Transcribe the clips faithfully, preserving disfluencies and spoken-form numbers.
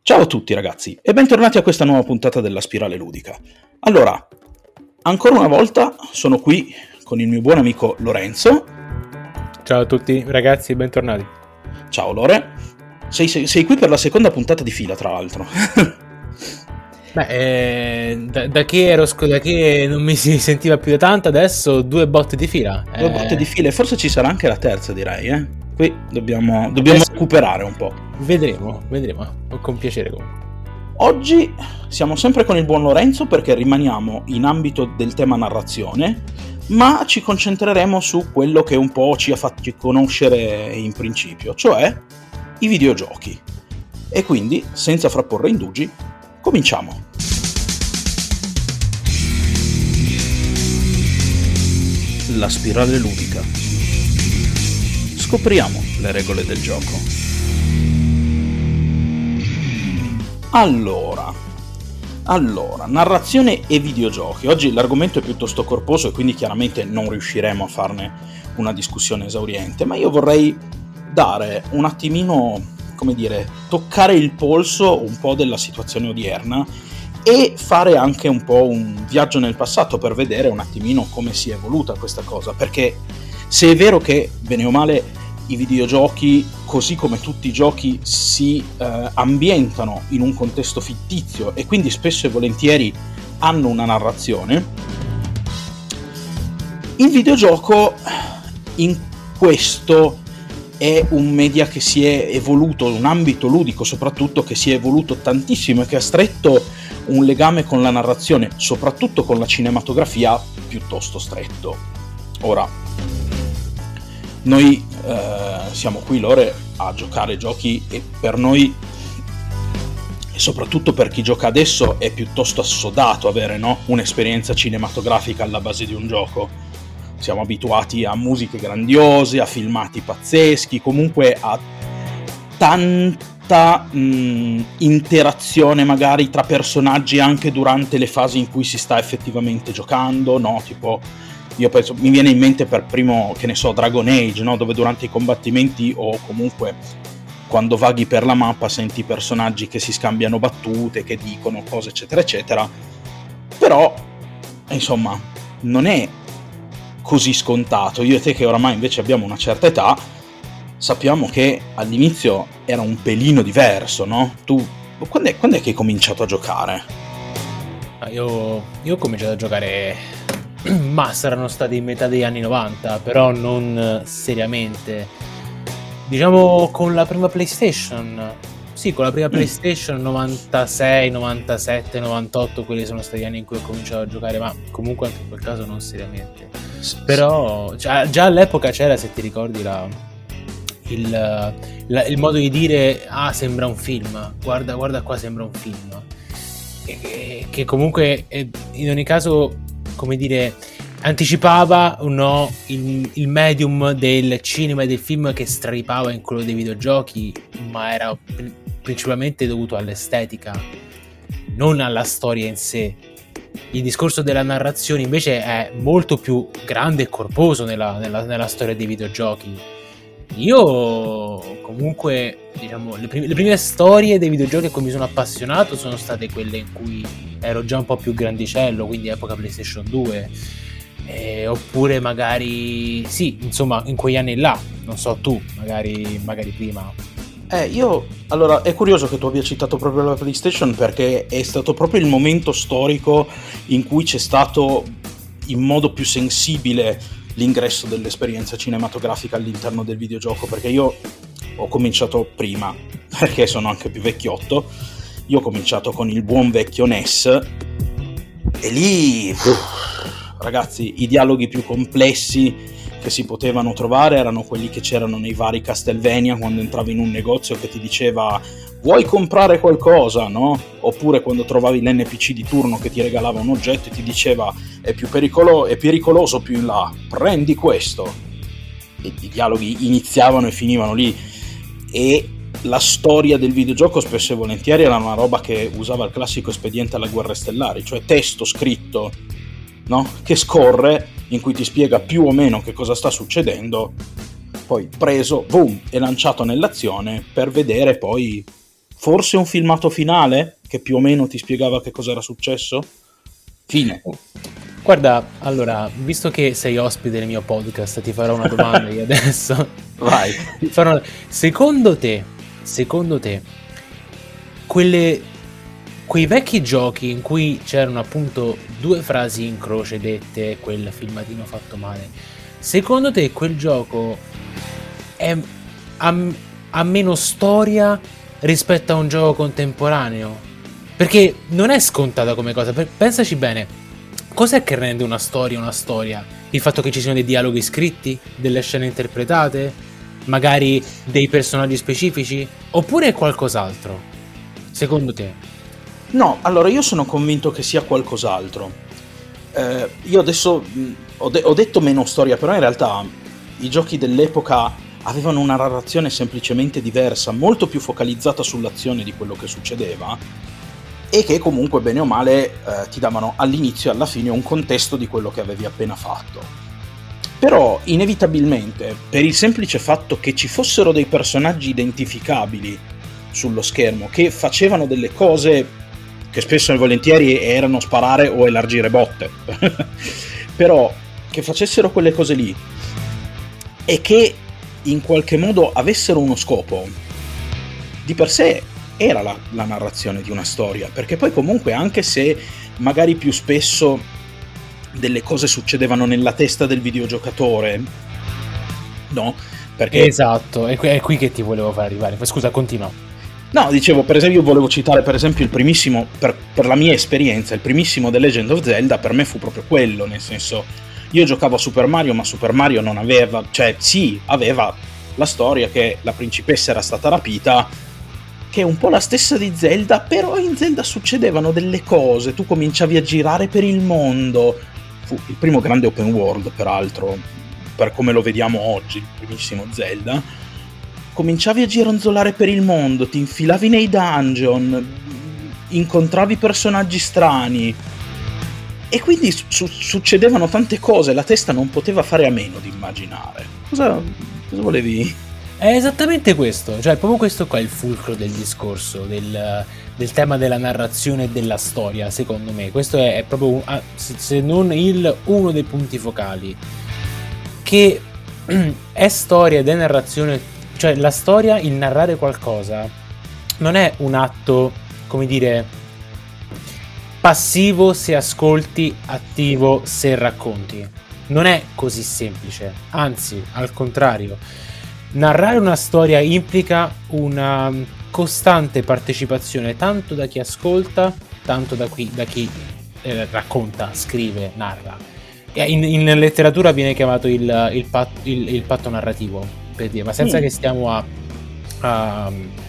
Ciao a tutti ragazzi e bentornati a questa nuova puntata della Spirale Ludica. Allora, ancora una volta sono qui con il mio buon amico Lorenzo. Ciao a tutti ragazzi, bentornati. Ciao Lore, sei, sei, sei qui per la seconda puntata di fila tra l'altro. Beh, eh, da, da, che ero, da che non mi si sentiva più da tanto, adesso due botte di fila. Due eh... botte di fila e forse ci sarà anche la terza, direi, eh? Qui dobbiamo, dobbiamo adesso recuperare un po'. Vedremo, vedremo, con piacere comunque. Oggi siamo sempre con il buon Lorenzo perché rimaniamo in ambito del tema narrazione, ma ci concentreremo su quello che un po' ci ha fatti conoscere in principio, cioè i videogiochi. E quindi, senza frapporre indugi, cominciamo. La spirale ludica. Scopriamo le regole del gioco. Allora, allora, narrazione e videogiochi. Oggi l'argomento è piuttosto corposo e quindi chiaramente non riusciremo a farne una discussione esauriente, ma io vorrei dare un attimino, come dire, toccare il polso un po' della situazione odierna e fare anche un po' un viaggio nel passato per vedere un attimino come si è evoluta questa cosa, perché se è vero che, bene o male, i videogiochi, così come tutti i giochi, si eh, ambientano in un contesto fittizio e quindi spesso e volentieri hanno una narrazione, il videogioco in questo è un media che si è evoluto, un ambito ludico soprattutto che si è evoluto tantissimo e che ha stretto un legame con la narrazione, soprattutto con la cinematografia, piuttosto stretto. Ora, noi eh, siamo qui, Lore, a giocare giochi e per noi, e soprattutto per chi gioca adesso, è piuttosto assodato avere, no? Un'esperienza cinematografica alla base di un gioco. Siamo abituati a musiche grandiose, a filmati pazzeschi, comunque a tanta mh, interazione magari tra personaggi anche durante le fasi in cui si sta effettivamente giocando, no? Tipo, io penso, mi viene in mente per primo, che ne so, Dragon Age, no? Dove durante i combattimenti o comunque quando vaghi per la mappa senti personaggi che si scambiano battute, che dicono cose eccetera eccetera, però insomma non è così scontato. Io e te che oramai invece abbiamo una certa età sappiamo che all'inizio era un pelino diverso, no? Tu quando è, quando è che hai cominciato a giocare? Io, io ho cominciato a giocare, ma saranno stati metà degli anni novanta, però non seriamente. Diciamo con la prima PlayStation. Sì, con la prima PlayStation novantasei, novantasette, novantotto, quelli sono stati gli anni in cui ho cominciato a giocare, ma comunque anche in quel caso non seriamente. Sì, però sì. Già, già all'epoca c'era, se ti ricordi, la, il, la, il modo di dire ah, sembra un film, guarda, guarda qua, sembra un film. E, che comunque in ogni caso, come dire, anticipava o no il, il medium del cinema e del film che straripava in quello dei videogiochi, ma era principalmente dovuto all'estetica, non alla storia in sé. Il discorso della narrazione invece è molto più grande e corposo nella, nella, nella storia dei videogiochi. Io comunque, diciamo, le prime, le prime storie dei videogiochi a cui mi sono appassionato sono state quelle in cui ero già un po' più grandicello, quindi epoca PlayStation due, eh, oppure magari, sì, insomma, in quegli anni là, non so tu, magari, magari prima. Eh, io, allora, è curioso che tu abbia citato proprio la PlayStation perché è stato proprio il momento storico in cui c'è stato in modo più sensibile l'ingresso dell'esperienza cinematografica all'interno del videogioco, perché io ho cominciato prima, perché sono anche più vecchiotto. Io ho cominciato con il buon vecchio N E S e lì, uff, ragazzi, i dialoghi più complessi che si potevano trovare erano quelli che c'erano nei vari Castlevania, quando entravi in un negozio che ti diceva vuoi comprare qualcosa, no? Oppure quando trovavi l'N P C di turno che ti regalava un oggetto e ti diceva è più pericolo- è pericoloso più in là, prendi questo. E i dialoghi iniziavano e finivano lì, e la storia del videogioco spesso e volentieri era una roba che usava il classico espediente alla Guerre Stellari, cioè testo scritto, no? Che scorre, in cui ti spiega più o meno che cosa sta succedendo, poi preso, boom, e lanciato nell'azione per vedere poi forse un filmato finale che più o meno ti spiegava che cosa era successo. Fine. Guarda, allora, visto che sei ospite del mio podcast, ti farò una domanda io adesso. Vai. Ti farò... Secondo te, secondo te, quelle, quei vecchi giochi in cui c'erano appunto due frasi in croce dette, quel filmatino fatto male, secondo te quel gioco è, ha, ha meno storia rispetto a un gioco contemporaneo? Perché non è scontata come cosa, pensaci bene. Cos'è che rende una storia una storia? Il fatto che ci siano dei dialoghi scritti, delle scene interpretate, magari dei personaggi specifici, oppure è qualcos'altro? Secondo te? No, allora io sono convinto che sia qualcos'altro. Eh, io adesso mh, ho, de- ho detto meno storia, però in realtà i giochi dell'epoca avevano una narrazione semplicemente diversa, molto più focalizzata sull'azione di quello che succedeva, e che comunque bene o male eh, ti davano all'inizio e alla fine un contesto di quello che avevi appena fatto. Però inevitabilmente, per il semplice fatto che ci fossero dei personaggi identificabili sullo schermo che facevano delle cose che spesso e volentieri erano sparare o elargire botte però che facessero quelle cose lì e che in qualche modo avessero uno scopo, di per sé era la, la narrazione di una storia, perché poi comunque anche se magari più spesso delle cose succedevano nella testa del videogiocatore, no? Perché... Esatto, è qui, è qui che ti volevo far arrivare. Scusa, continua. No, dicevo, per esempio, io volevo citare per esempio il primissimo, per, per la mia esperienza, il primissimo The Legend of Zelda per me fu proprio quello, nel senso, io giocavo a Super Mario, ma Super Mario non aveva, cioè sì, aveva la storia che la principessa era stata rapita, che è un po' la stessa di Zelda, però in Zelda succedevano delle cose, tu cominciavi a girare per il mondo, fu il primo grande open world peraltro, per come lo vediamo oggi, il primissimo Zelda, cominciavi a gironzolare per il mondo, ti infilavi nei dungeon, incontravi personaggi strani, e quindi su- succedevano tante cose, la testa non poteva fare a meno di immaginare. Cosa, cosa volevi... È esattamente questo, cioè proprio questo qua è il fulcro del discorso, del, del tema della narrazione e della storia, secondo me. Questo è, è proprio, un, se non il uno dei punti focali, che è storia ed è narrazione, cioè la storia, il narrare qualcosa, non è un atto, come dire, passivo se ascolti, attivo se racconti. Non è così semplice, anzi, al contrario. Narrare una storia implica una costante partecipazione tanto da chi ascolta, tanto da chi, da chi eh, racconta, scrive, narra. In, in letteratura viene chiamato il, il, pat, il, il patto narrativo, per dire, ma senza mm. che stiamo a, a,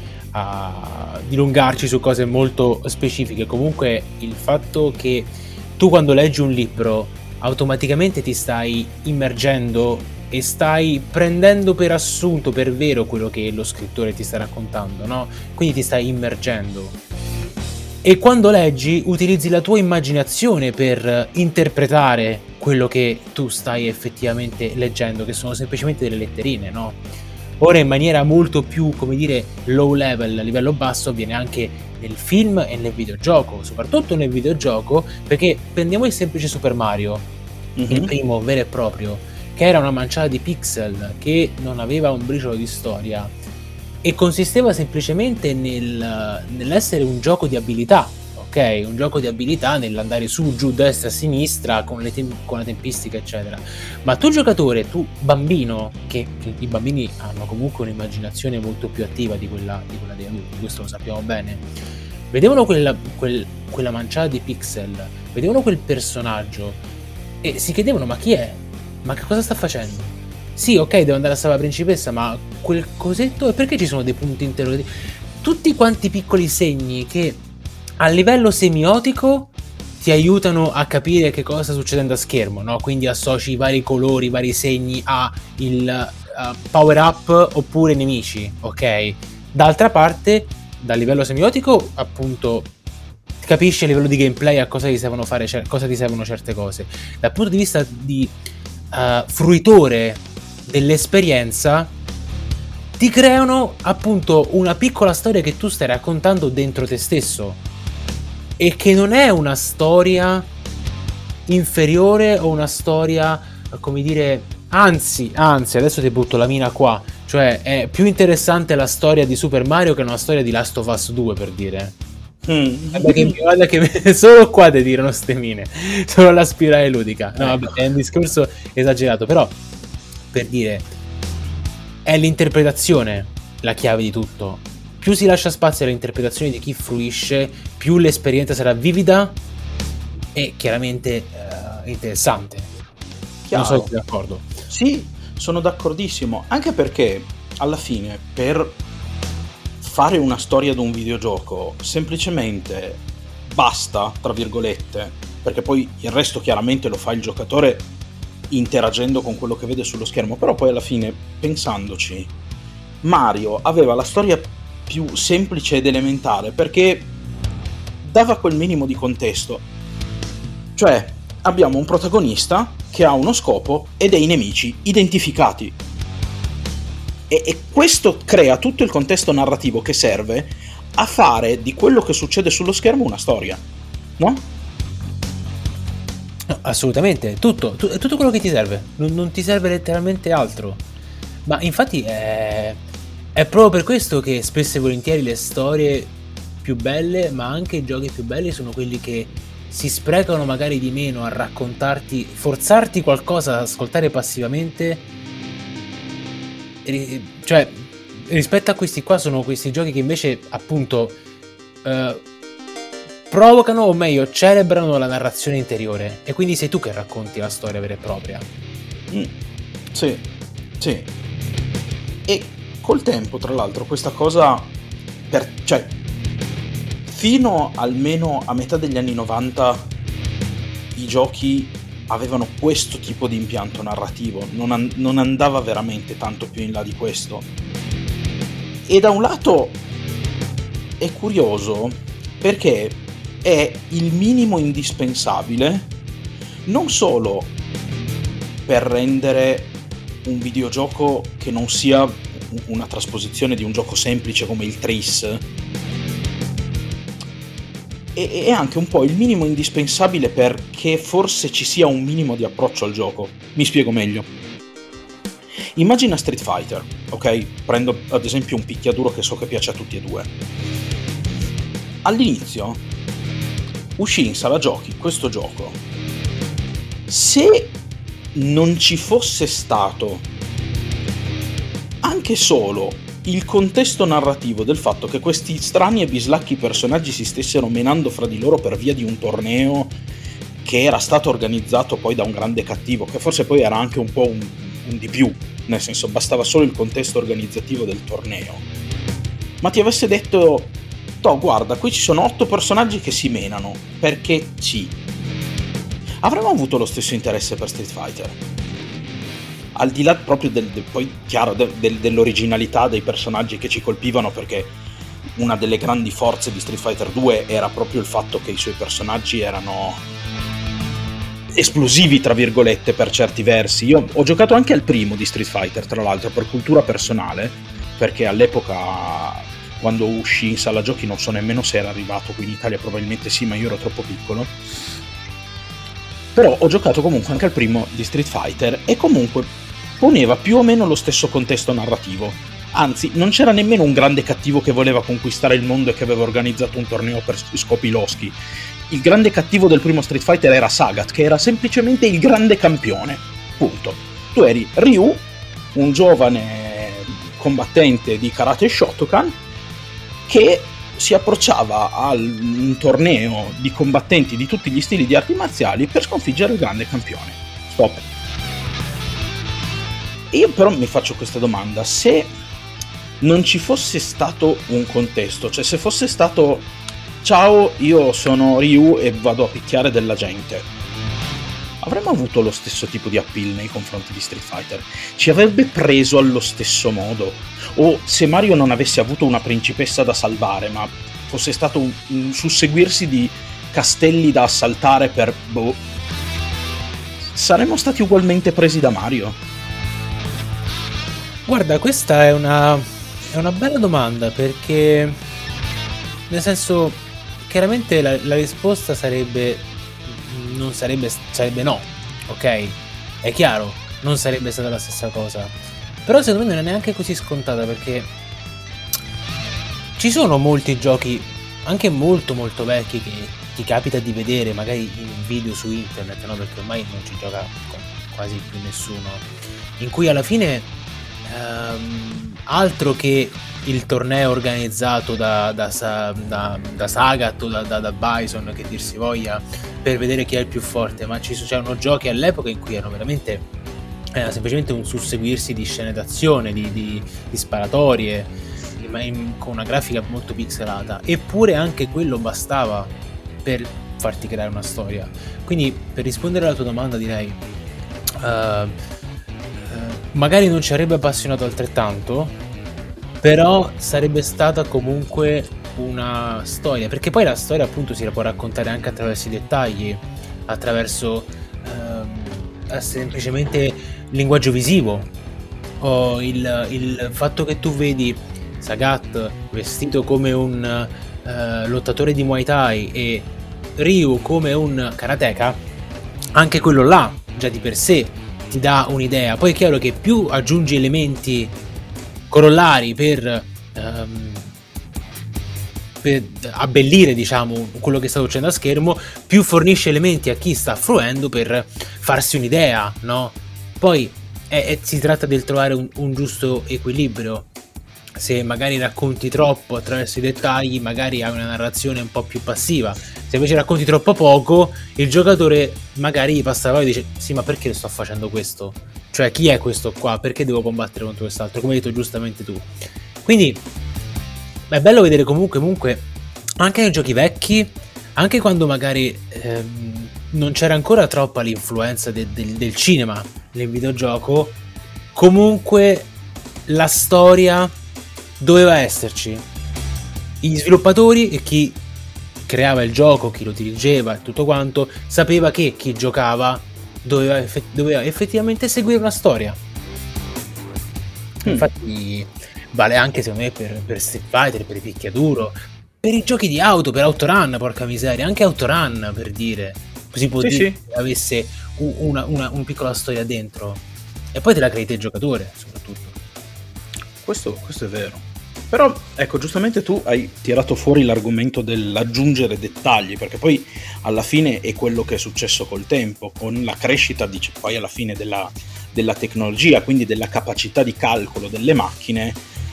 a dilungarci su cose molto specifiche. Comunque il fatto che tu quando leggi un libro automaticamente ti stai immergendo e stai prendendo per assunto, per vero, quello che lo scrittore ti sta raccontando, no? Quindi ti stai immergendo. E quando leggi utilizzi la tua immaginazione per interpretare quello che tu stai effettivamente leggendo, che sono semplicemente delle letterine, no? Ora in maniera molto più, come dire, low level, a livello basso, avviene anche nel film e nel videogioco, soprattutto nel videogioco, perché prendiamo il semplice Super Mario, mm-hmm. il primo vero e proprio, che era una manciata di pixel, che non aveva un briciolo di storia e consisteva semplicemente nel, nell'essere un gioco di abilità, ok? Un gioco di abilità nell'andare su, giù, destra, sinistra, con, le tem- con la tempistica, eccetera. Ma tu giocatore, tu bambino, che, che i bambini hanno comunque un'immaginazione molto più attiva di quella, di quella degli adulti, questo lo sappiamo bene, vedevano quella, quel, quella manciata di pixel, vedevano quel personaggio e si chiedevano: ma chi è? Ma che cosa sta facendo? Sì, ok, devo andare a salvare la principessa, ma quel cosetto, e perché ci sono dei punti interrogativi? Tutti quanti piccoli segni che a livello semiotico ti aiutano a capire che cosa sta succedendo a schermo, no? Quindi associ i vari colori, i vari segni a il uh, power up oppure nemici, ok? D'altra parte, dal livello semiotico, appunto, capisci a livello di gameplay a cosa ti servono fare, cioè, cosa ti servono certe cose. Dal punto di vista di Uh, fruitore dell'esperienza, ti creano appunto una piccola storia che tu stai raccontando dentro te stesso e che non è una storia inferiore o una storia, come dire, anzi, anzi, adesso ti butto la mina qua, cioè è più interessante la storia di Super Mario che una storia di Last of Us due, per dire. Mm. Guarda che, guarda che solo qua ti tirano ste mine, solo la spirale ludica. No, vabbè, è un discorso esagerato, però per dire, è l'interpretazione la chiave di tutto. Più si lascia spazio all'interpretazione di chi fruisce, più l'esperienza sarà vivida e chiaramente uh, interessante. Chiaro. Non so se sei d'accordo. Sì, sono d'accordissimo, anche perché alla fine per fare una storia di un videogioco semplicemente basta, tra virgolette, perché poi il resto chiaramente lo fa il giocatore interagendo con quello che vede sullo schermo, però poi alla fine, pensandoci, Mario aveva la storia più semplice ed elementare perché dava quel minimo di contesto, cioè abbiamo un protagonista che ha uno scopo e dei nemici identificati e, e questo crea tutto il contesto narrativo che serve a fare di quello che succede sullo schermo una storia, no? No, assolutamente, tutto, tu, tutto quello che ti serve, non, non ti serve letteralmente altro. Ma infatti è, è proprio per questo che spesso e volentieri le storie più belle, ma anche i giochi più belli, sono quelli che si sprecano magari di meno a raccontarti, forzarti qualcosa ad ascoltare passivamente. Cioè, rispetto a questi qua, sono questi giochi che invece appunto eh, provocano, o meglio celebrano la narrazione interiore, e quindi sei tu che racconti la storia vera e propria. Mm, sì, sì. E col tempo, tra l'altro, questa cosa per, cioè fino almeno a metà degli anni novanta i giochi avevano questo tipo di impianto narrativo, non, an- non andava veramente tanto più in là di questo. E da un lato è curioso perché è il minimo indispensabile non solo per rendere un videogioco che non sia una trasposizione di un gioco semplice come il Tris, è anche un po' il minimo indispensabile perché forse ci sia un minimo di approccio al gioco. Mi spiego meglio. Immagina Street Fighter, ok? Prendo ad esempio un picchiaduro che so che piace a tutti e due. All'inizio uscì in sala giochi questo gioco. Se non ci fosse stato anche solo il contesto narrativo del fatto che questi strani e bislacchi personaggi si stessero menando fra di loro per via di un torneo che era stato organizzato poi da un grande cattivo, che forse poi era anche un po' un, un di più, nel senso bastava solo il contesto organizzativo del torneo, ma ti avesse detto toh, guarda, qui ci sono otto personaggi che si menano perché sì, avremmo avuto lo stesso interesse per Street Fighter, al di là proprio del, del poi chiaro del, del, dell'originalità dei personaggi che ci colpivano, perché una delle grandi forze di Street Fighter due era proprio il fatto che i suoi personaggi erano esplosivi, tra virgolette, per certi versi. Io ho giocato anche al primo di Street Fighter, tra l'altro, per cultura personale, perché all'epoca, quando uscì in sala giochi, non so nemmeno se era arrivato qui in Italia, probabilmente sì, ma io ero troppo piccolo. Però ho giocato comunque anche al primo di Street Fighter e comunque poneva più o meno lo stesso contesto narrativo. Anzi, non c'era nemmeno un grande cattivo che voleva conquistare il mondo e che aveva organizzato un torneo per scopi loschi. Il grande cattivo del primo Street Fighter era Sagat, che era semplicemente il grande campione. Punto. Tu eri Ryu, un giovane combattente di karate Shotokan, che si approcciava a un torneo di combattenti di tutti gli stili di arti marziali per sconfiggere il grande campione. Stop. Io però mi faccio questa domanda: se non ci fosse stato un contesto, cioè se fosse stato ciao, io sono Ryu e vado a picchiare della gente, avremmo avuto lo stesso tipo di appeal nei confronti di Street Fighter? Ci avrebbe preso allo stesso modo? O se Mario non avesse avuto una principessa da salvare, ma fosse stato un, un susseguirsi di castelli da assaltare per boh, saremmo stati ugualmente presi da Mario? Guarda, questa è una, è una bella domanda, perché nel senso, chiaramente la, la risposta sarebbe non sarebbe sarebbe no, ok? È chiaro, non sarebbe stata la stessa cosa. Però secondo me non è neanche così scontata, perché ci sono molti giochi anche molto molto vecchi che ti capita di vedere magari in video su internet, no? Perché ormai non ci gioca quasi più nessuno, in cui alla fine ehm, altro che il torneo organizzato da, da, da, da Sagat o da, da, da Bison, che dir si voglia, per vedere chi è il più forte, ma ci c'erano giochi all'epoca in cui erano veramente era semplicemente un susseguirsi di scene d'azione, di, di, di sparatorie, ma in, con una grafica molto pixelata, eppure anche quello bastava per farti creare una storia. Quindi, per rispondere alla tua domanda, direi uh, uh, magari non ci avrebbe appassionato altrettanto, però sarebbe stata comunque una storia, perché poi la storia appunto si la può raccontare anche attraverso i dettagli, attraverso uh, semplicemente il linguaggio visivo, o il, il fatto che tu vedi Sagat vestito come un uh, lottatore di Muay Thai e Ryu come un karateka. Anche quello là già di per sé ti dà un'idea. Poi è chiaro che più aggiungi elementi corollari per, um, per abbellire, diciamo, quello che sta succedendo a schermo, più fornisce elementi a chi sta fruendo per farsi un'idea, no? Poi è, è, si tratta del trovare un, un giusto equilibrio. Se magari racconti troppo attraverso i dettagli, magari hai una narrazione un po' più passiva. Se invece racconti troppo poco, il giocatore magari gli passa la e dice: sì, ma perché sto facendo questo? Cioè, chi è questo qua? Perché devo combattere contro quest'altro? Come hai detto giustamente tu. Quindi è bello vedere comunque, comunque anche nei giochi vecchi, anche quando magari ehm, non c'era ancora troppa l'influenza de- de- del cinema nel videogioco, comunque la storia doveva esserci. Gli sviluppatori e chi creava il gioco, chi lo dirigeva e tutto quanto, sapeva che chi giocava doveva, effett- doveva effettivamente seguire una storia. Mm. Infatti vale anche secondo me per, per Street Fighter, per i picchiaduro, per i giochi di auto, per Autorun, porca miseria, anche Autorun, per dire, si può sì, dire sì. Che avesse una, una, una piccola storia dentro, e poi te la crei te il giocatore soprattutto. Questo, questo è vero. Però, ecco, giustamente tu hai tirato fuori l'argomento dell'aggiungere dettagli, perché poi alla fine è quello che è successo col tempo, con la crescita, dice, poi alla fine della, della tecnologia, quindi della capacità di calcolo delle macchine,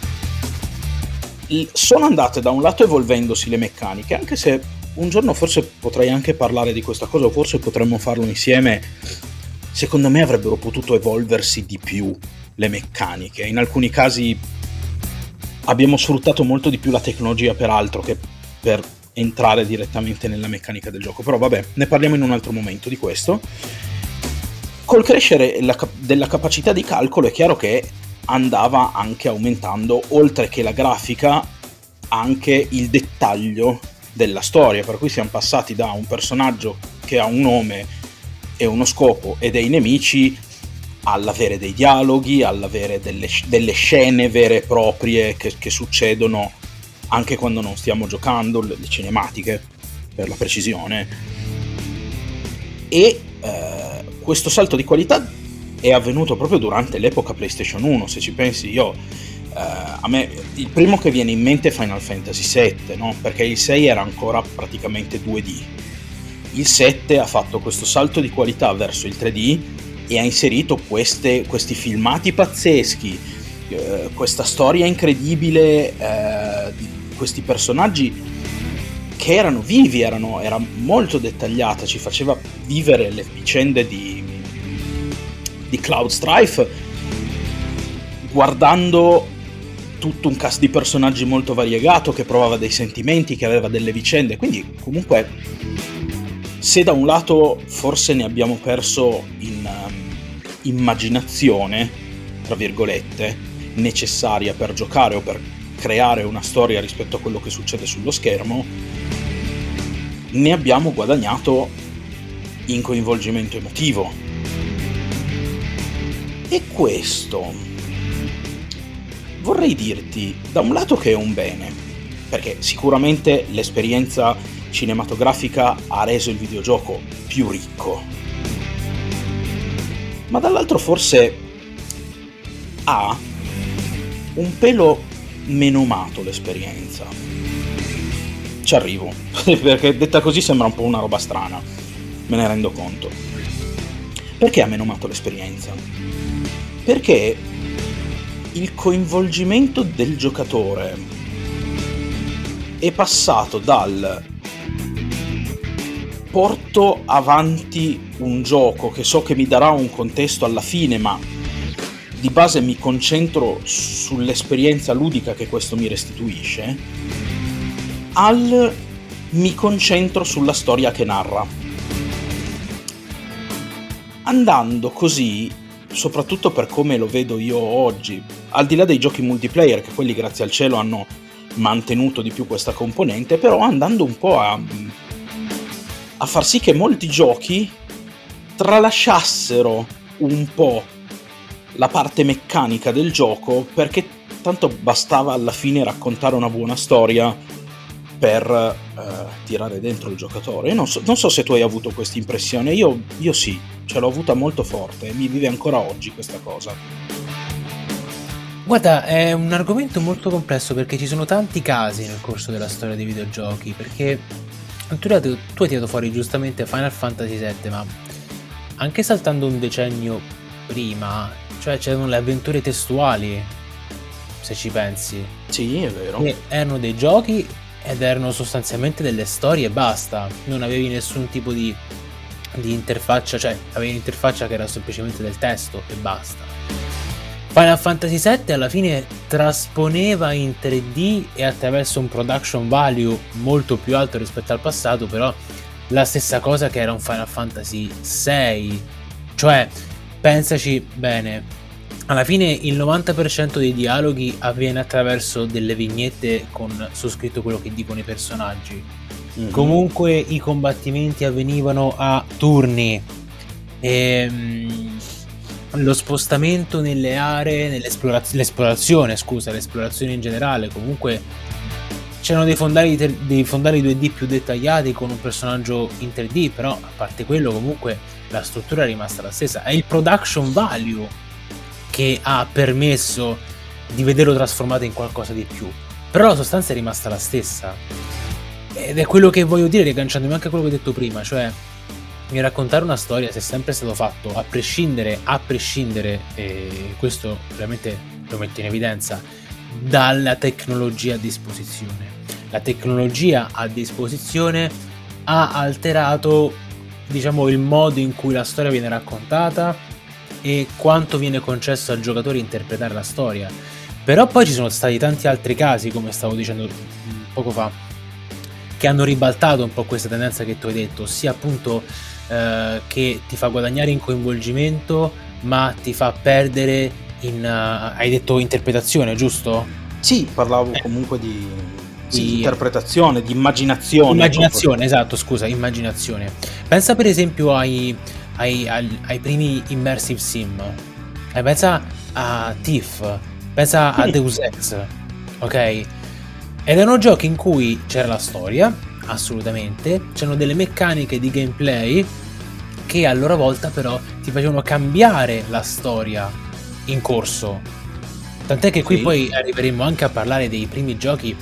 sono andate da un lato evolvendosi le meccaniche, anche se un giorno forse potrei anche parlare di questa cosa, o forse potremmo farlo insieme. Secondo me avrebbero potuto evolversi di più le meccaniche. In alcuni casi abbiamo sfruttato molto di più la tecnologia per altro che per entrare direttamente nella meccanica del gioco, però vabbè, ne parliamo in un altro momento di questo. Col crescere la, della capacità di calcolo è chiaro che andava anche aumentando, oltre che la grafica, anche il dettaglio della storia, per cui siamo passati da un personaggio che ha un nome e uno scopo e dei nemici all'avere dei dialoghi, all'avere delle, delle scene vere e proprie che, che succedono anche quando non stiamo giocando, le, le cinematiche per la precisione. E eh, questo salto di qualità è avvenuto proprio durante l'epoca PlayStation uno. Se ci pensi, io eh, a me il primo che viene in mente è Final Fantasy sette, no? Perché il sei era ancora praticamente due D. Il sette ha fatto questo salto di qualità verso il tre D e ha inserito queste, questi filmati pazzeschi, eh, questa storia incredibile, eh, di questi personaggi che erano vivi, erano, era molto dettagliata, ci faceva vivere le vicende di, di Cloud Strife guardando tutto un cast di personaggi molto variegato, che provava dei sentimenti, che aveva delle vicende. Quindi comunque, se da un lato forse ne abbiamo perso in um, immaginazione, tra virgolette, necessaria per giocare o per creare una storia rispetto a quello che succede sullo schermo, ne abbiamo guadagnato in coinvolgimento emotivo. E questo vorrei dirti, da un lato che è un bene, perché sicuramente l'esperienza cinematografica ha reso il videogioco più ricco, ma dall'altro forse ha un pelo menomato l'esperienza. Ci arrivo, perché detta così sembra un po' una roba strana, me ne rendo conto. Perché ha menomato l'esperienza? Perché il coinvolgimento del giocatore è passato dal porto avanti un gioco che so che mi darà un contesto alla fine, ma di base mi concentro sull'esperienza ludica che questo mi restituisce, al mi concentro sulla storia che narra. Andando così, soprattutto per come lo vedo io oggi, al di là dei giochi multiplayer, che quelli grazie al cielo hanno mantenuto di più questa componente, però andando un po' a, a far sì che molti giochi tralasciassero un po' la parte meccanica del gioco, perché tanto bastava alla fine raccontare una buona storia per eh, tirare dentro il giocatore. Io non so, non so se tu hai avuto questa impressione, io, io sì, ce l'ho avuta molto forte e mi vive ancora oggi questa cosa. Guarda, è un argomento molto complesso perché ci sono tanti casi nel corso della storia dei videogiochi, perché tu, tu hai tirato fuori giustamente Final Fantasy sette, ma anche saltando un decennio prima, cioè c'erano le avventure testuali, se ci pensi. Sì, è vero. Che erano dei giochi ed erano sostanzialmente delle storie e basta, non avevi nessun tipo di, di interfaccia, cioè avevi un'interfaccia che era semplicemente del testo e basta. Final Fantasy sette alla fine trasponeva in tre D e attraverso un production value molto più alto rispetto al passato, però la stessa cosa che era un Final Fantasy sei, cioè pensaci bene, alla fine il novanta per cento dei dialoghi avviene attraverso delle vignette con su scritto quello che dicono i personaggi. Mm-hmm. Comunque i combattimenti avvenivano a turni e um, lo spostamento nelle aree, nell'esploraz- l'esplorazione, scusa, l'esplorazione in generale, comunque c'erano dei fondali, ter- dei fondali due D più dettagliati con un personaggio in tre D, però a parte quello comunque la struttura è rimasta la stessa. È il production value che ha permesso di vederlo trasformato in qualcosa di più, però la sostanza è rimasta la stessa, ed è quello che voglio dire riagganciandomi anche a quello che ho detto prima, cioè raccontare una storia si è sempre stato fatto a prescindere a prescindere e questo veramente lo metto in evidenza, dalla tecnologia a disposizione. La tecnologia a disposizione ha alterato, diciamo, il modo in cui la storia viene raccontata e quanto viene concesso al giocatore interpretare la storia. Però poi ci sono stati tanti altri casi, come stavo dicendo poco fa, che hanno ribaltato un po' questa tendenza che tu hai detto, ossia appunto eh, che ti fa guadagnare in coinvolgimento ma ti fa perdere in uh, hai detto interpretazione, giusto? Sì, parlavo eh. comunque di, sì, di interpretazione, di immaginazione. Immaginazione, esatto, scusa, immaginazione. Pensa per esempio ai Ai, ai, ai primi immersive sim, eh, pensa a Thief, pensa a Deus Ex, ok? Ed erano giochi in cui c'era la storia, assolutamente, c'erano delle meccaniche di gameplay che a loro volta però ti facevano cambiare la storia in corso, tant'è che qui sì. Poi arriveremo anche a parlare dei primi giochi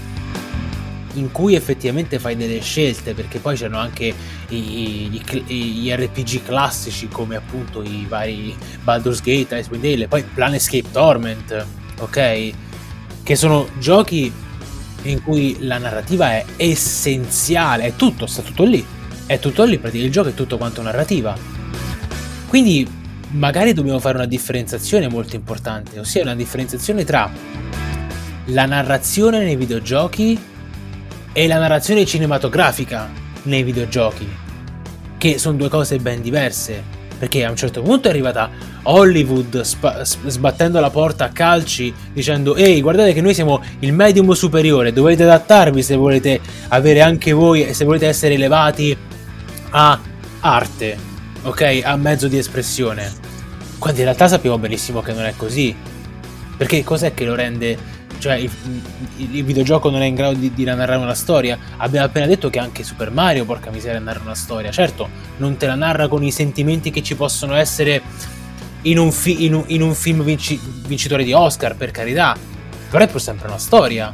in cui effettivamente fai delle scelte, perché poi c'erano anche i, i, gli R P G classici come appunto i vari Baldur's Gate, Icewind Dale, e poi Planescape Torment, ok? Che sono giochi in cui la narrativa è essenziale, è tutto, sta tutto lì, è tutto lì, praticamente il gioco è tutto quanto narrativa. Quindi magari dobbiamo fare una differenziazione molto importante, ossia una differenziazione tra la narrazione nei videogiochi e la narrazione cinematografica nei videogiochi, che sono due cose ben diverse, perché a un certo punto è arrivata Hollywood spa- sbattendo la porta a calci dicendo ehi, guardate che noi siamo il medium superiore, dovete adattarvi se volete avere anche voi e se volete essere elevati a arte, ok, a mezzo di espressione, quando in realtà sappiamo benissimo che non è così, Perché cos'è che lo rende, cioè il, il, il videogioco non è in grado di, di narrare una storia? Abbiamo appena detto che anche Super Mario, porca miseria, narra una storia. Certo, non te la narra con i sentimenti che ci possono essere in un, fi, in un, in un film vinci, vincitore di Oscar, per carità, però è pur sempre una storia.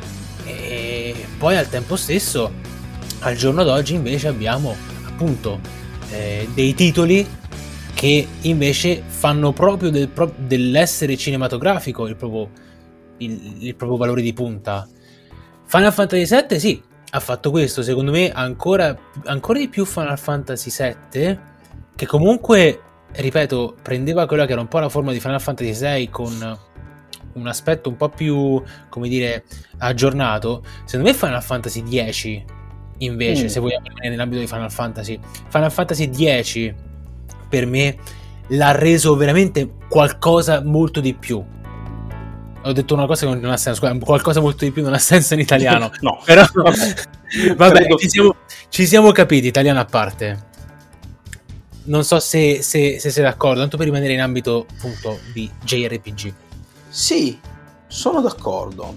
E poi al tempo stesso, al giorno d'oggi invece abbiamo appunto eh, dei titoli che invece fanno proprio del, pro- dell'essere cinematografico il proprio, il, il proprio valore di punta. Final Fantasy sette sì, ha fatto questo, secondo me ancora, ancora di più Final Fantasy sette, che comunque, ripeto, prendeva quella che era un po' la forma di Final Fantasy sei con un aspetto un po' più, come dire, aggiornato. Secondo me Final Fantasy dieci invece, mm. se vogliamo rimanere nell'ambito di Final Fantasy, Final Fantasy dieci per me l'ha reso veramente qualcosa molto di più. Ho detto una cosa che non ha senso, qualcosa molto di più non ha senso in italiano. No, però vabbè, vabbè ci, siamo, ci siamo capiti, italiano a parte. Non so se, se, se sei d'accordo, tanto per rimanere in ambito appunto di J R P G. Sì, sono d'accordo.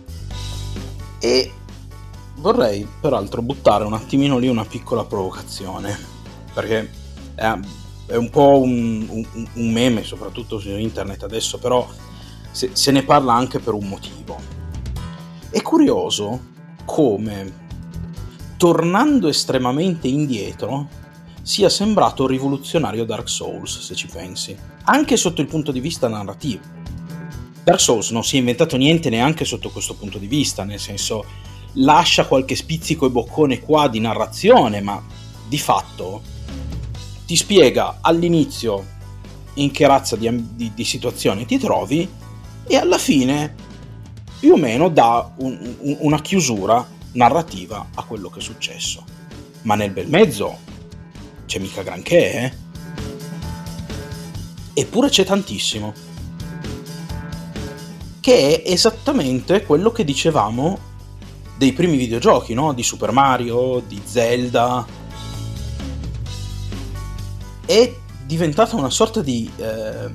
E vorrei peraltro buttare un attimino lì una piccola provocazione, perché è, è un po' un, un, un meme, soprattutto su internet adesso, però se, se ne parla anche per un motivo. È curioso come, tornando estremamente indietro, sia sembrato rivoluzionario Dark Souls, se ci pensi, anche sotto il punto di vista narrativo. Dark Souls non si è inventato niente neanche sotto questo punto di vista, nel senso lascia qualche spizzico e boccone qua di narrazione, ma di fatto ti spiega all'inizio in che razza di, di, di situazione ti trovi e alla fine più o meno dà un, un, una chiusura narrativa a quello che è successo. Ma nel bel mezzo c'è mica granché, eh? Eppure c'è tantissimo, che è esattamente quello che dicevamo dei primi videogiochi, no? Di Super Mario, di Zelda. È diventata una sorta di eh,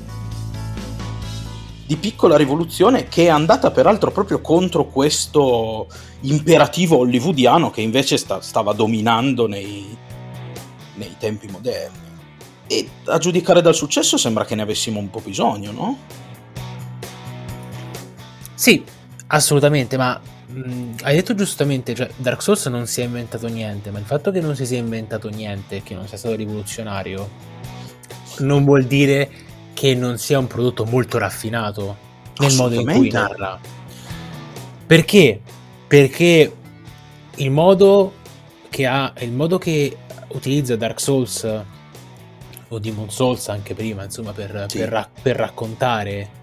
di piccola rivoluzione che è andata peraltro proprio contro questo imperativo hollywoodiano che invece sta, stava dominando nei, nei tempi moderni. E a giudicare dal successo sembra che ne avessimo un po' bisogno, no? Sì, assolutamente, ma mh, hai detto giustamente, cioè Dark Souls non si è inventato niente, ma il fatto che non si sia inventato niente, che non sia stato rivoluzionario, non vuol dire che non sia un prodotto molto raffinato nel modo in cui narra. Perché? Perché il modo che ha, il modo che utilizza Dark Souls o Demon Souls anche prima, insomma, per, sì. per, per raccontare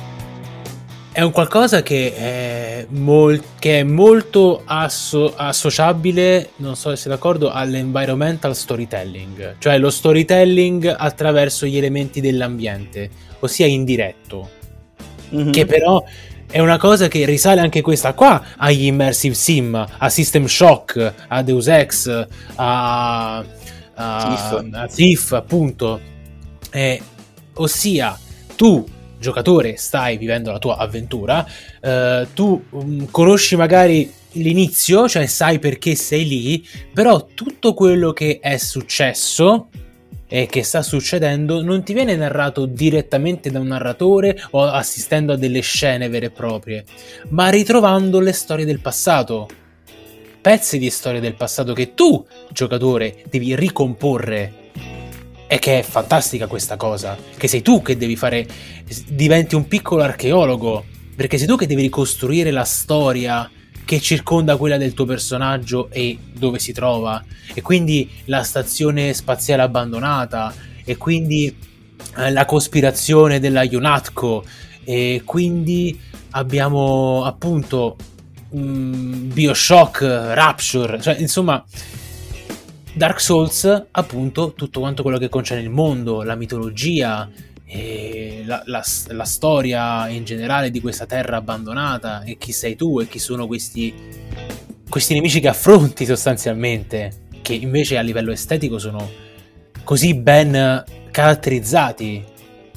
è un qualcosa che è, mol- che è molto asso- associabile, non so se sei d'accordo, all'environmental storytelling, cioè lo storytelling attraverso gli elementi dell'ambiente, ossia indiretto, mm-hmm. che però è una cosa che risale anche questa qua agli immersive sim, a System Shock, a Deus Ex, a, a, a Thief, appunto, eh, ossia tu giocatore stai vivendo la tua avventura, eh, tu um, conosci magari l'inizio, cioè sai perché sei lì, però tutto quello che è successo e che sta succedendo non ti viene narrato direttamente da un narratore o assistendo a delle scene vere e proprie, ma ritrovando le storie del passato, pezzi di storie del passato che tu, giocatore, devi ricomporre. E che è fantastica questa cosa, che sei tu che devi fare, diventi un piccolo archeologo, perché sei tu che devi ricostruire la storia che circonda quella del tuo personaggio e dove si trova, e quindi la stazione spaziale abbandonata, e quindi eh, la cospirazione della UNATCO, e quindi abbiamo appunto um, BioShock, Rapture, cioè insomma Dark Souls, appunto, tutto quanto quello che concerne il mondo, la mitologia, e la, la, la storia in generale di questa terra abbandonata, e chi sei tu e chi sono questi, questi nemici che affronti sostanzialmente, che invece a livello estetico sono così ben caratterizzati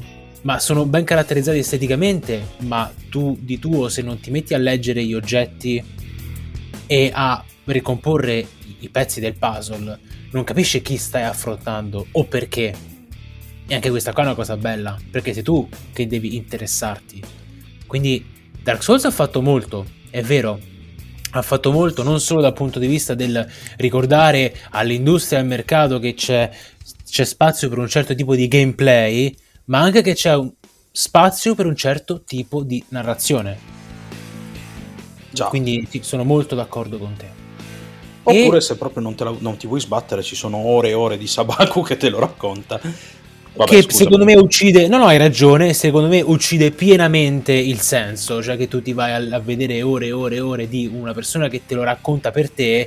ma sono ben caratterizzati esteticamente, ma tu di tuo, se non ti metti a leggere gli oggetti e a ricomporre i pezzi del puzzle, non capisci chi stai affrontando o perché. E anche questa qua è una cosa bella, perché sei tu che devi interessarti. Quindi Dark Souls ha fatto molto, è vero, ha fatto molto non solo dal punto di vista del ricordare all'industria e al mercato che c'è, c'è spazio per un certo tipo di gameplay, ma anche che c'è un spazio per un certo tipo di narrazione. Già. Quindi sì, sono molto d'accordo con te. Oppure E... se proprio non, te la, non ti vuoi sbattere, ci sono ore e ore di Sabaku che te lo racconta. Vabbè, che scusami. Secondo me uccide, no no hai ragione, secondo me uccide pienamente il senso, cioè che tu ti vai a, a vedere ore e ore e ore di una persona che te lo racconta per te,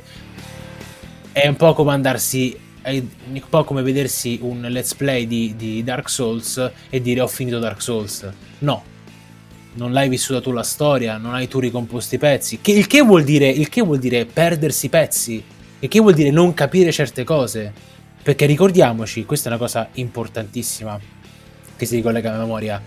è un po' come andarsi, è un po' come vedersi un let's play di, di Dark Souls e dire ho finito Dark Souls. No, non l'hai vissuta tu la storia, non hai tu ricomposto i pezzi, che, il, che vuol dire, il che vuol dire perdersi pezzi, il che vuol dire non capire certe cose. Perché ricordiamoci, questa è una cosa importantissima che si ricollega alla memoria,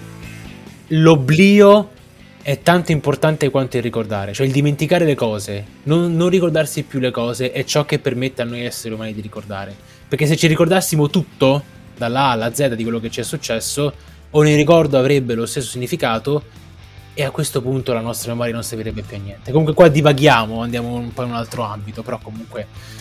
l'oblio è tanto importante quanto il ricordare, cioè il dimenticare le cose, non, non ricordarsi più le cose è ciò che permette a noi esseri umani di ricordare. Perché se ci ricordassimo tutto, dalla A alla Z di quello che ci è successo, ogni ricordo avrebbe lo stesso significato e a questo punto la nostra memoria non servirebbe più a niente. Comunque qua divaghiamo, andiamo un po' in un altro ambito, però comunque...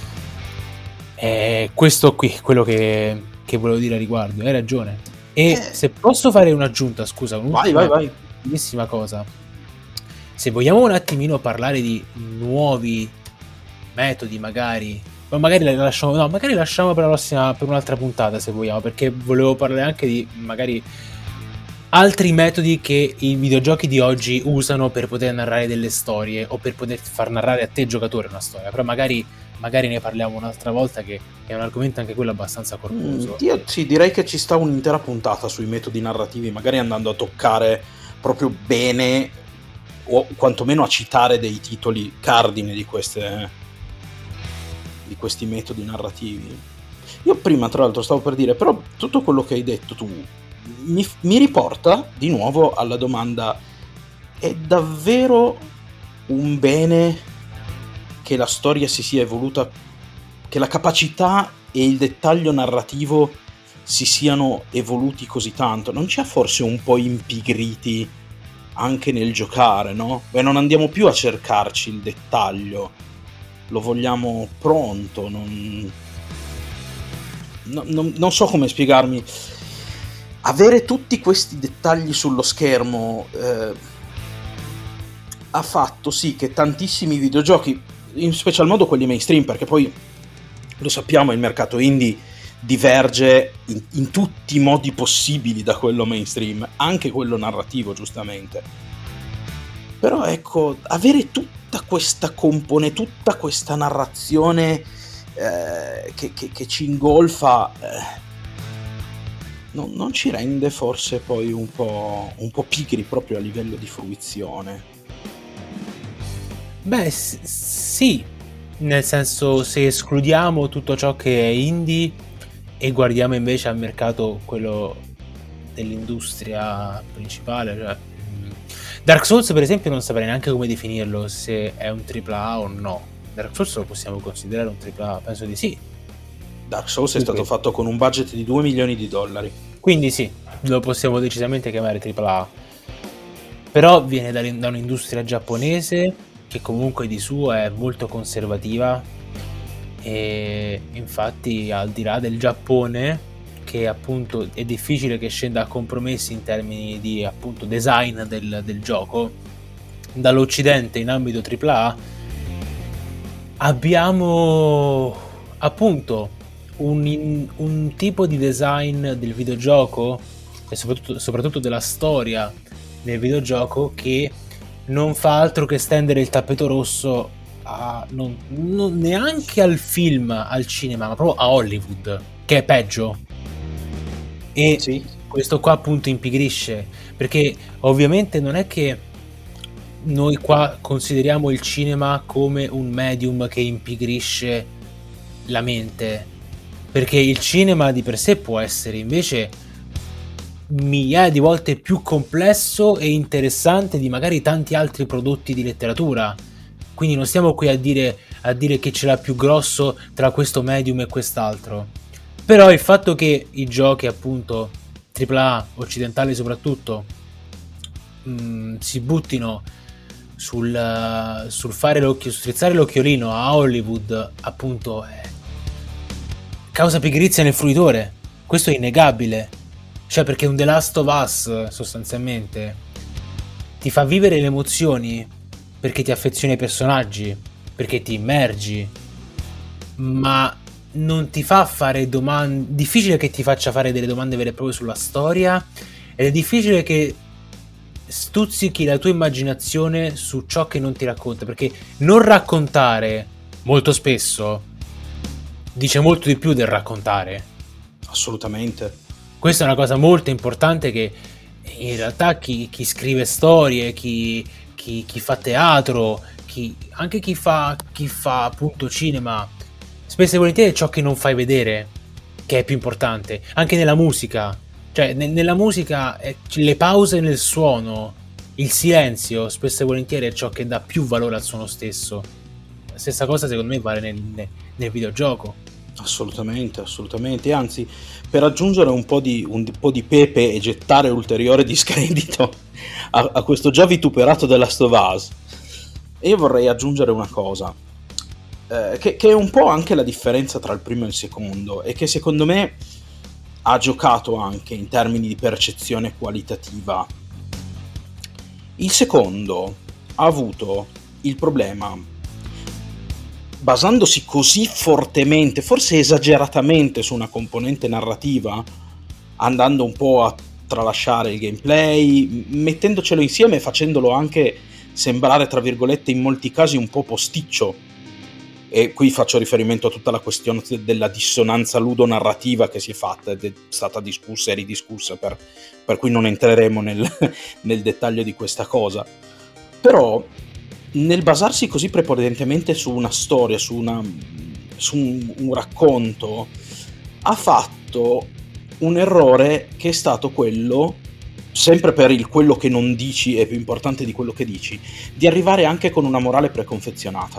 Eh, questo qui, quello che, che volevo dire a riguardo, hai ragione. E eh. se posso fare un'aggiunta, scusa, un'ultima vai, vai, vai. cosa. Se vogliamo un attimino parlare di nuovi metodi, magari, ma magari la lasciamo, no, magari lasciamo per la prossima, per un'altra puntata, se vogliamo, perché volevo parlare anche di magari altri metodi che i videogiochi di oggi usano per poter narrare delle storie o per poter far narrare a te giocatore una storia, però magari magari ne parliamo un'altra volta, che è un argomento anche quello abbastanza corposo. Io sì, direi che ci sta un'intera puntata sui metodi narrativi, magari andando a toccare proprio bene o quantomeno a citare dei titoli cardine di queste di questi metodi narrativi. Io prima tra l'altro stavo per dire, però tutto quello che hai detto tu mi, mi riporta di nuovo alla domanda: è davvero un bene che la storia si sia evoluta, che la capacità e il dettaglio narrativo si siano evoluti così tanto? Non ci ha forse un po' impigriti anche nel giocare, no? Beh, non andiamo più a cercarci il dettaglio, lo vogliamo pronto, non, no, non, non so come spiegarmi. Avere tutti questi dettagli sullo schermo eh, ha fatto sì che tantissimi videogiochi, in special modo quelli mainstream, perché poi lo sappiamo, il mercato indie diverge in, in tutti i modi possibili da quello mainstream, anche quello narrativo, giustamente. Però ecco, avere tutta questa compone, tutta questa narrazione eh, che, che, che ci ingolfa eh, non, non ci rende forse poi un po', un po' pigri proprio a livello di fruizione? Beh, s- sì, nel senso, se escludiamo tutto ciò che è indie e guardiamo invece al mercato, quello dell'industria principale, cioè Dark Souls per esempio non saprei neanche come definirlo, se è un tripla A o no. Dark Souls lo possiamo considerare un tripla A? Penso di sì. Dark Souls è stato fatto con un budget di due milioni di dollari. Quindi sì, lo possiamo decisamente chiamare tripla A. Però viene da, da un'industria giapponese che comunque di suo è molto conservativa, e infatti al di là del Giappone, che appunto è difficile che scenda a compromessi in termini di appunto design del, del gioco, dall'Occidente in ambito tripla A abbiamo appunto un, un tipo di design del videogioco e soprattutto, soprattutto della storia nel videogioco che non fa altro che stendere il tappeto rosso a, non, non, neanche al film, al cinema, ma proprio a Hollywood, che è peggio. E sì, questo qua appunto impigrisce, perché ovviamente non è che noi qua consideriamo il cinema come un medium che impigrisce la mente, perché il cinema di per sé può essere invece migliaia di volte più complesso e interessante di magari tanti altri prodotti di letteratura. Quindi non stiamo qui a dire, a dire che ce l'ha più grosso tra questo medium e quest'altro. Però il fatto che i giochi, appunto, tripla A, occidentali soprattutto, mh, si buttino sul, sul fare l'occhio, strizzare l'occhiolino a Hollywood, appunto, eh, causa pigrizia nel fruitore. Questo è innegabile. Cioè, perché un The Last of Us, sostanzialmente, ti fa vivere le emozioni perché ti affezioni ai personaggi, perché ti immergi, ma non ti fa fare domande. Difficile che ti faccia fare delle domande vere e proprie sulla storia, ed è difficile che stuzzichi la tua immaginazione su ciò che non ti racconta, perché non raccontare molto spesso dice molto di più del raccontare. Assolutamente. Questa è una cosa molto importante, che in realtà chi, chi scrive storie, chi, chi, chi fa teatro, chi, anche chi fa, chi fa appunto cinema, spesso e volentieri è ciò che non fai vedere che è più importante. Anche nella musica, cioè ne, nella musica eh, le pause nel suono, il silenzio, spesso e volentieri è ciò che dà più valore al suono stesso. La stessa cosa secondo me vale nel, nel, nel videogioco. Assolutamente, assolutamente. Anzi, per aggiungere un po' di, un po' di pepe e gettare ulteriore discredito a, a questo già vituperato The Last of Us, io vorrei aggiungere una cosa, eh, che, che è un po' anche la differenza tra il primo e il secondo, e che secondo me ha giocato anche in termini di percezione qualitativa. Il secondo ha avuto il problema, basandosi così fortemente, forse esageratamente, su una componente narrativa, andando un po' a tralasciare il gameplay, mettendocelo insieme e facendolo anche sembrare, tra virgolette, in molti casi un po' posticcio. E qui faccio riferimento a tutta la questione della dissonanza ludonarrativa che si è fatta ed è stata discussa e ridiscussa, per, per cui non entreremo nel, nel dettaglio di questa cosa. Però nel basarsi così prepotentemente su una storia, su, una, su un, un racconto, ha fatto un errore che è stato quello, sempre per il quello che non dici è più importante di quello che dici, di arrivare anche con una morale preconfezionata,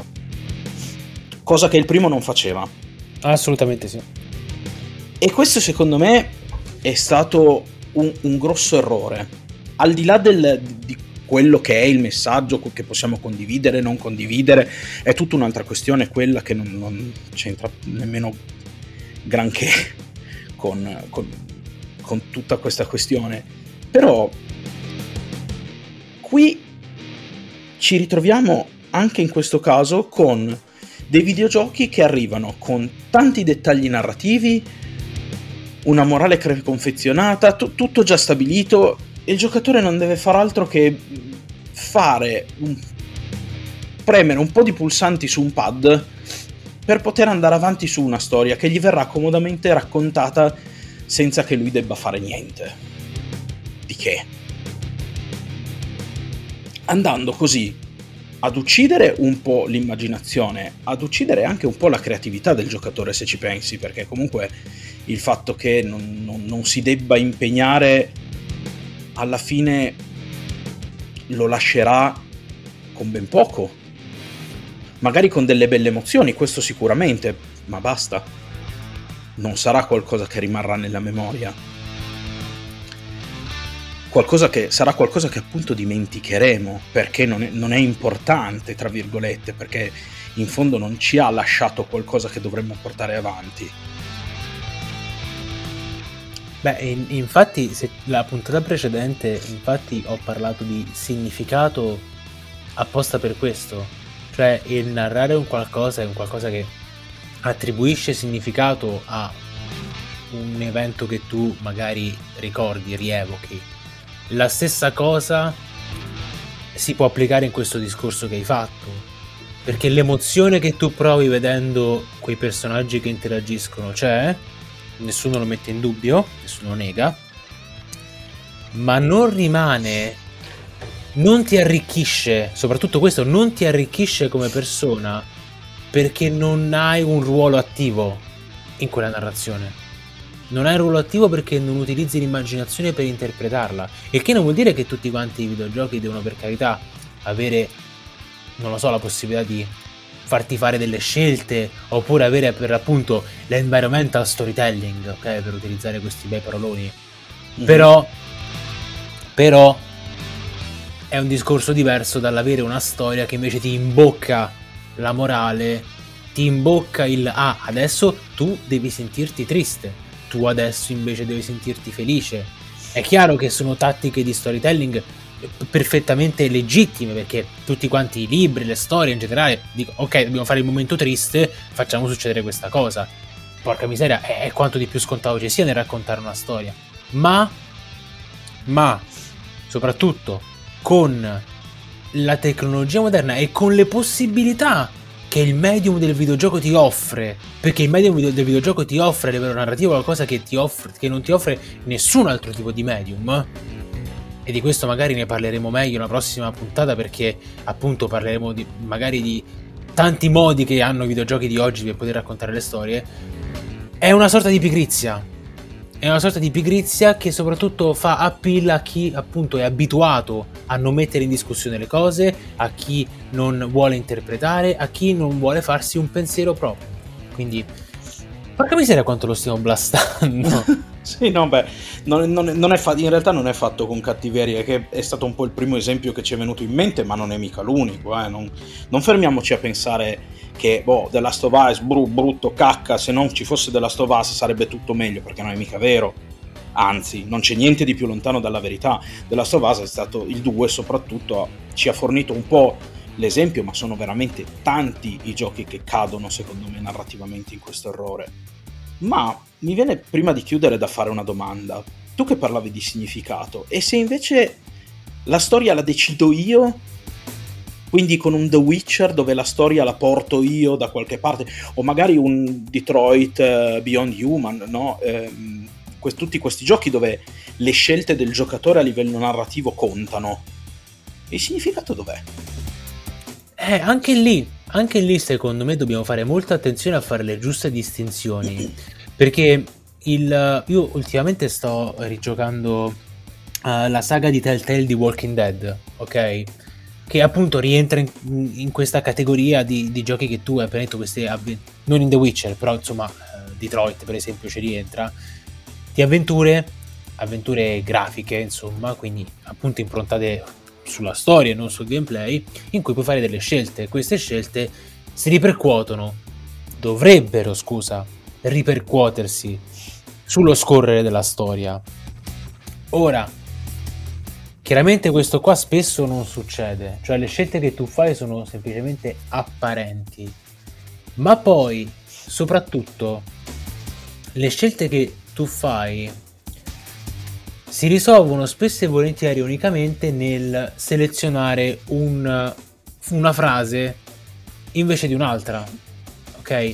cosa che il primo non faceva. Assolutamente sì. E questo secondo me è stato un, un grosso errore, al di là del, di quello che è il messaggio che possiamo condividere, non condividere, è tutta un'altra questione, quella che non, non c'entra nemmeno granché con, con, con tutta questa questione. Però qui ci ritroviamo anche in questo caso con dei videogiochi che arrivano con tanti dettagli narrativi, una morale preconfezionata, t- tutto già stabilito, e il giocatore non deve far altro che fare un... premere un po' di pulsanti su un pad per poter andare avanti su una storia che gli verrà comodamente raccontata senza che lui debba fare niente. Di che? Andando così ad uccidere un po' l'immaginazione, ad uccidere anche un po' la creatività del giocatore, se ci pensi, perché comunque il fatto che non, non, non si debba impegnare, alla fine lo lascerà con ben poco, magari con delle belle emozioni, questo sicuramente, ma basta, non sarà qualcosa che rimarrà nella memoria, qualcosa che sarà qualcosa che appunto dimenticheremo perché non è, non è importante, tra virgolette, perché in fondo non ci ha lasciato qualcosa che dovremmo portare avanti. Beh, in, infatti, se la puntata precedente, infatti, ho parlato di significato apposta per questo, cioè il narrare un qualcosa è un qualcosa che attribuisce significato a un evento che tu magari ricordi, rievochi. La stessa cosa si può applicare in questo discorso che hai fatto, perché l'emozione che tu provi vedendo quei personaggi che interagiscono c'è, nessuno lo mette in dubbio, nessuno lo nega, ma non rimane, non ti arricchisce, soprattutto questo non ti arricchisce come persona, perché non hai un ruolo attivo in quella narrazione. non hai un ruolo attivo perché non utilizzi l'immaginazione per interpretarla, il che non vuol dire che tutti quanti i videogiochi devono, per carità, avere, non lo so, la possibilità di farti fare delle scelte, oppure avere per appunto l'environmental storytelling, ok, per utilizzare questi bei paroloni. Mm-hmm. Però però è un discorso diverso dall'avere una storia che invece ti imbocca la morale, ti imbocca il ah, adesso tu devi sentirti triste, tu adesso invece devi sentirti felice. È chiaro che sono tattiche di storytelling perfettamente legittime, perché tutti quanti i libri, le storie in generale dicono ok, dobbiamo fare il momento triste, facciamo succedere questa cosa. Porca miseria, è, è quanto di più scontato ci sia nel raccontare una storia. Ma ma soprattutto con la tecnologia moderna e con le possibilità che il medium del videogioco ti offre, perché il medium del videogioco ti offre a livello narrativo qualcosa che ti offre, che non ti offre nessun altro tipo di medium, e di questo magari ne parleremo meglio nella prossima puntata, perché appunto parleremo di, magari di tanti modi che hanno i videogiochi di oggi per poter raccontare le storie. È una sorta di pigrizia. È una sorta di pigrizia che soprattutto fa appeal a chi appunto è abituato a non mettere in discussione le cose, a chi non vuole interpretare, a chi non vuole farsi un pensiero proprio. Quindi, porca miseria quanto lo stiamo blastando. Sì, no, beh, non, non, non è fa- in realtà non è fatto con cattiveria, che è stato un po' il primo esempio che ci è venuto in mente, ma non è mica l'unico, eh. non, non fermiamoci a pensare che, boh, The Last of Us, bru- brutto, cacca, se non ci fosse The Last of Us sarebbe tutto meglio, perché non è mica vero, anzi, non c'è niente di più lontano dalla verità. The Last of Us è stato, il due soprattutto, ci ha fornito un po' l'esempio, ma sono veramente tanti i giochi che cadono, secondo me, narrativamente in questo errore. Ma mi viene prima di chiudere da fare una domanda. Tu che parlavi di significato, e se invece la storia la decido io, quindi con un The Witcher dove la storia la porto io da qualche parte, o magari un Detroit uh, Beyond Human, no? Ehm, quest- tutti questi giochi dove le scelte del giocatore a livello narrativo contano, il significato dov'è? Eh, anche lì, anche lì secondo me dobbiamo fare molta attenzione a fare le giuste distinzioni, perché il, io ultimamente sto rigiocando uh, la saga di Telltale di Walking Dead, ok? Che appunto rientra in, in questa categoria di, di giochi che tu hai appena detto, queste avve- non in The Witcher, però insomma uh, Detroit per esempio ci rientra, di avventure, avventure grafiche insomma, quindi appunto improntate sulla storia e non sul gameplay, in cui puoi fare delle scelte. Queste scelte si ripercuotono, dovrebbero, scusa, ripercuotersi sullo scorrere della storia. Ora, chiaramente questo qua spesso non succede, cioè le scelte che tu fai sono semplicemente apparenti, ma poi, soprattutto, le scelte che tu fai si risolvono spesso e volentieri unicamente nel selezionare un, una frase invece di un'altra, ok?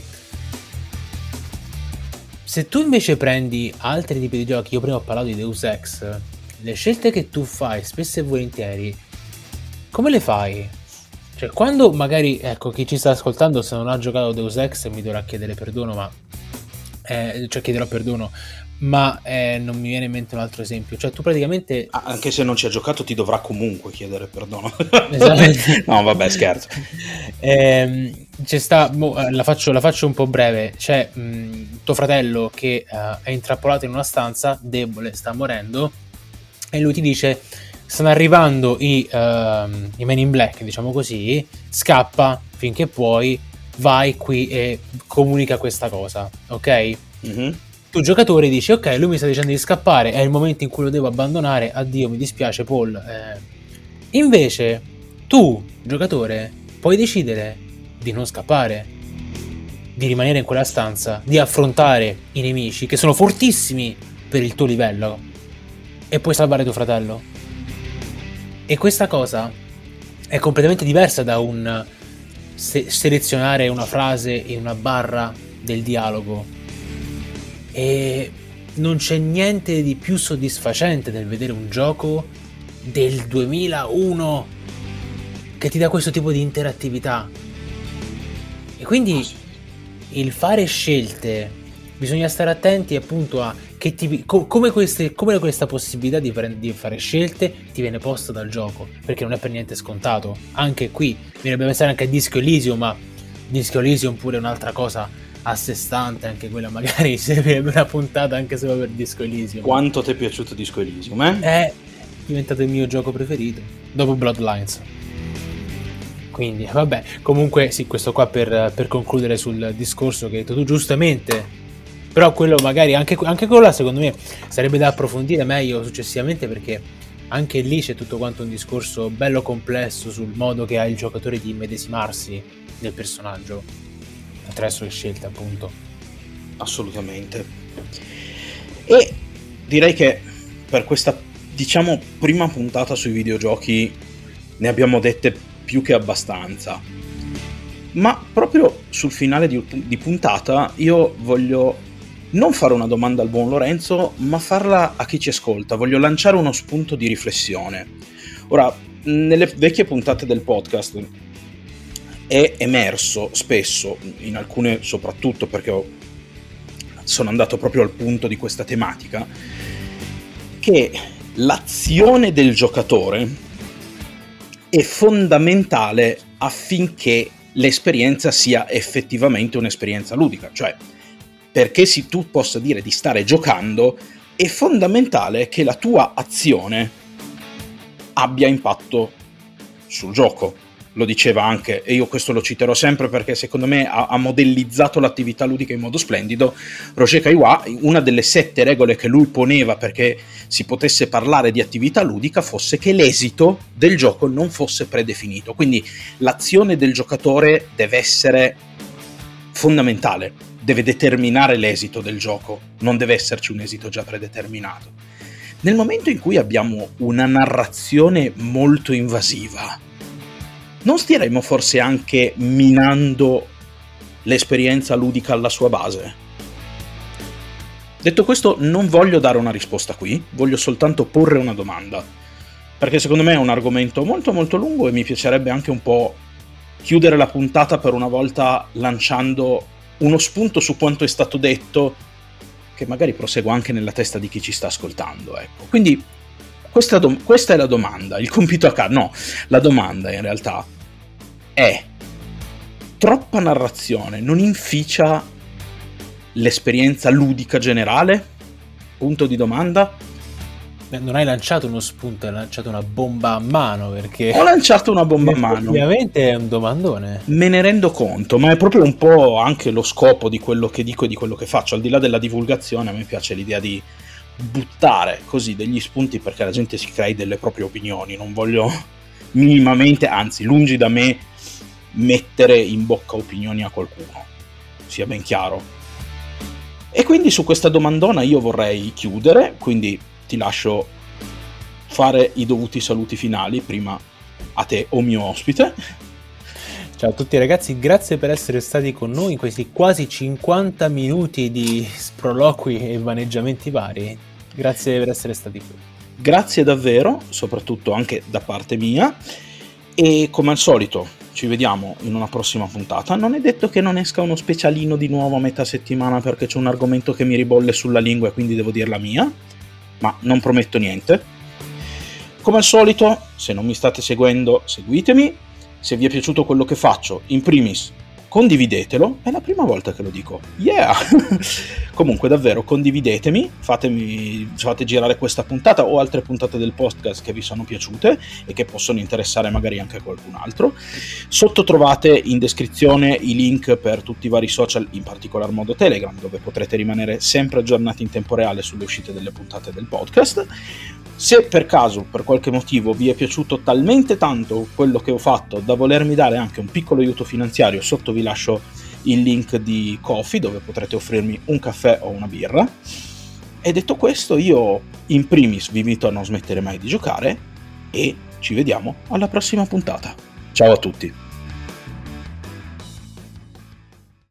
Se tu invece prendi altri tipi di giochi, io prima ho parlato di Deus Ex, le scelte che tu fai spesso e volentieri, come le fai? Cioè, quando magari, ecco, chi ci sta ascoltando se non ha giocato Deus Ex mi dovrà chiedere perdono, ma eh, cioè chiederò perdono, ma eh, non mi viene in mente un altro esempio. Cioè tu praticamente, ah, anche se non ci ha giocato ti dovrà comunque chiedere perdono. Esattamente. No vabbè, scherzo. eh, c'è sta, boh, la, faccio, la faccio un po' breve. C'è mh, tuo fratello che uh, è intrappolato in una stanza, debole, sta morendo, e lui ti dice stanno arrivando i, uh, i Men in Black, diciamo così, scappa finché puoi, vai qui e comunica questa cosa, ok? Mm-hmm. Tu giocatore dici ok, lui mi sta dicendo di scappare, è il momento in cui lo devo abbandonare, addio, mi dispiace Paul. Eh. Invece tu giocatore puoi decidere di non scappare, di rimanere in quella stanza, di affrontare i nemici che sono fortissimi per il tuo livello e puoi salvare tuo fratello. E questa cosa è completamente diversa da un se- selezionare una frase in una barra del dialogo. E non c'è niente di più soddisfacente nel vedere un gioco del duemilauno che ti dà questo tipo di interattività. E quindi il fare scelte bisogna stare attenti appunto a che tipi, co- come, queste, come questa possibilità di, pre- di fare scelte ti viene posta dal gioco, perché non è per niente scontato. Anche qui mi dovrebbe pensare anche a Disco Elysium, ma Disco Elysium pure è un'altra cosa a sé stante, anche quella magari servirebbe una puntata anche solo per Disco Elysium. Quanto ti è piaciuto Disco Elysium, eh? È diventato il mio gioco preferito dopo Bloodlines. Quindi vabbè, comunque sì, questo qua per, per concludere sul discorso che hai detto tu giustamente. Però quello magari, anche, anche quello là secondo me sarebbe da approfondire meglio successivamente, perché anche lì c'è tutto quanto un discorso bello complesso sul modo che ha il giocatore di immedesimarsi nel personaggio attraverso le scelte, appunto. Assolutamente. E direi che per questa, diciamo, prima puntata sui videogiochi ne abbiamo dette più che abbastanza. Ma proprio sul finale di, di puntata io voglio non fare una domanda al buon Lorenzo, ma farla a chi ci ascolta. Voglio lanciare uno spunto di riflessione. Ora, nelle vecchie puntate del podcast è emerso spesso, in alcune soprattutto perché ho, sono andato proprio al punto di questa tematica, che l'azione del giocatore è fondamentale affinché l'esperienza sia effettivamente un'esperienza ludica. Cioè, perché se tu possa dire di stare giocando, è fondamentale che la tua azione abbia impatto sul gioco. Lo diceva anche, e io questo lo citerò sempre perché secondo me ha, ha modellizzato l'attività ludica in modo splendido, Roger Caillois. Una delle sette regole che lui poneva perché si potesse parlare di attività ludica fosse che l'esito del gioco non fosse predefinito. Quindi l'azione del giocatore deve essere fondamentale, deve determinare l'esito del gioco, non deve esserci un esito già predeterminato. Nel momento in cui abbiamo una narrazione molto invasiva, non stiremo forse anche minando l'esperienza ludica alla sua base? Detto questo, non voglio dare una risposta qui, voglio soltanto porre una domanda, perché secondo me è un argomento molto molto lungo e mi piacerebbe anche un po' chiudere la puntata per una volta lanciando uno spunto su quanto è stato detto, che magari prosegua anche nella testa di chi ci sta ascoltando, ecco. Quindi questa, dom- questa è la domanda, il compito a casa. No, la domanda in realtà è: troppa narrazione non inficia l'esperienza ludica generale? Punto di domanda. Non hai lanciato uno spunto, hai lanciato una bomba a mano, perché ho lanciato una bomba a mano. Ovviamente è un domandone. Me ne rendo conto, ma è proprio un po' anche lo scopo di quello che dico e di quello che faccio. Al di là della divulgazione, a me piace l'idea di buttare così degli spunti perché la gente si crei delle proprie opinioni. Non voglio minimamente, anzi, lungi da me mettere in bocca opinioni a qualcuno, sia ben chiaro. E quindi su questa domandona io vorrei chiudere, quindi ti lascio fare i dovuti saluti finali, prima a te o mio ospite. Ciao a tutti ragazzi, grazie per essere stati con noi in questi quasi cinquanta minuti di sproloqui e vaneggiamenti vari. Grazie per essere stati qui. Grazie davvero, soprattutto anche da parte mia, e come al solito ci vediamo in una prossima puntata. Non è detto che non esca uno specialino di nuovo a metà settimana perché c'è un argomento che mi ribolle sulla lingua e quindi devo dir la mia, ma non prometto niente. Come al solito, se non mi state seguendo, seguitemi. Se vi è piaciuto quello che faccio, in primis condividetelo, è la prima volta che lo dico, yeah! Comunque davvero condividetemi, fatemi, fate girare questa puntata o altre puntate del podcast che vi sono piaciute e che possono interessare magari anche a qualcun altro. Sotto trovate in descrizione i link per tutti i vari social, in particolar modo Telegram, dove potrete rimanere sempre aggiornati in tempo reale sulle uscite delle puntate del podcast. Se per caso, per qualche motivo, vi è piaciuto talmente tanto quello che ho fatto da volermi dare anche un piccolo aiuto finanziario, sotto vi lascio il link di Ko-fi dove potrete offrirmi un caffè o una birra. E detto questo, io in primis vi invito a non smettere mai di giocare e ci vediamo alla prossima puntata. Ciao a tutti!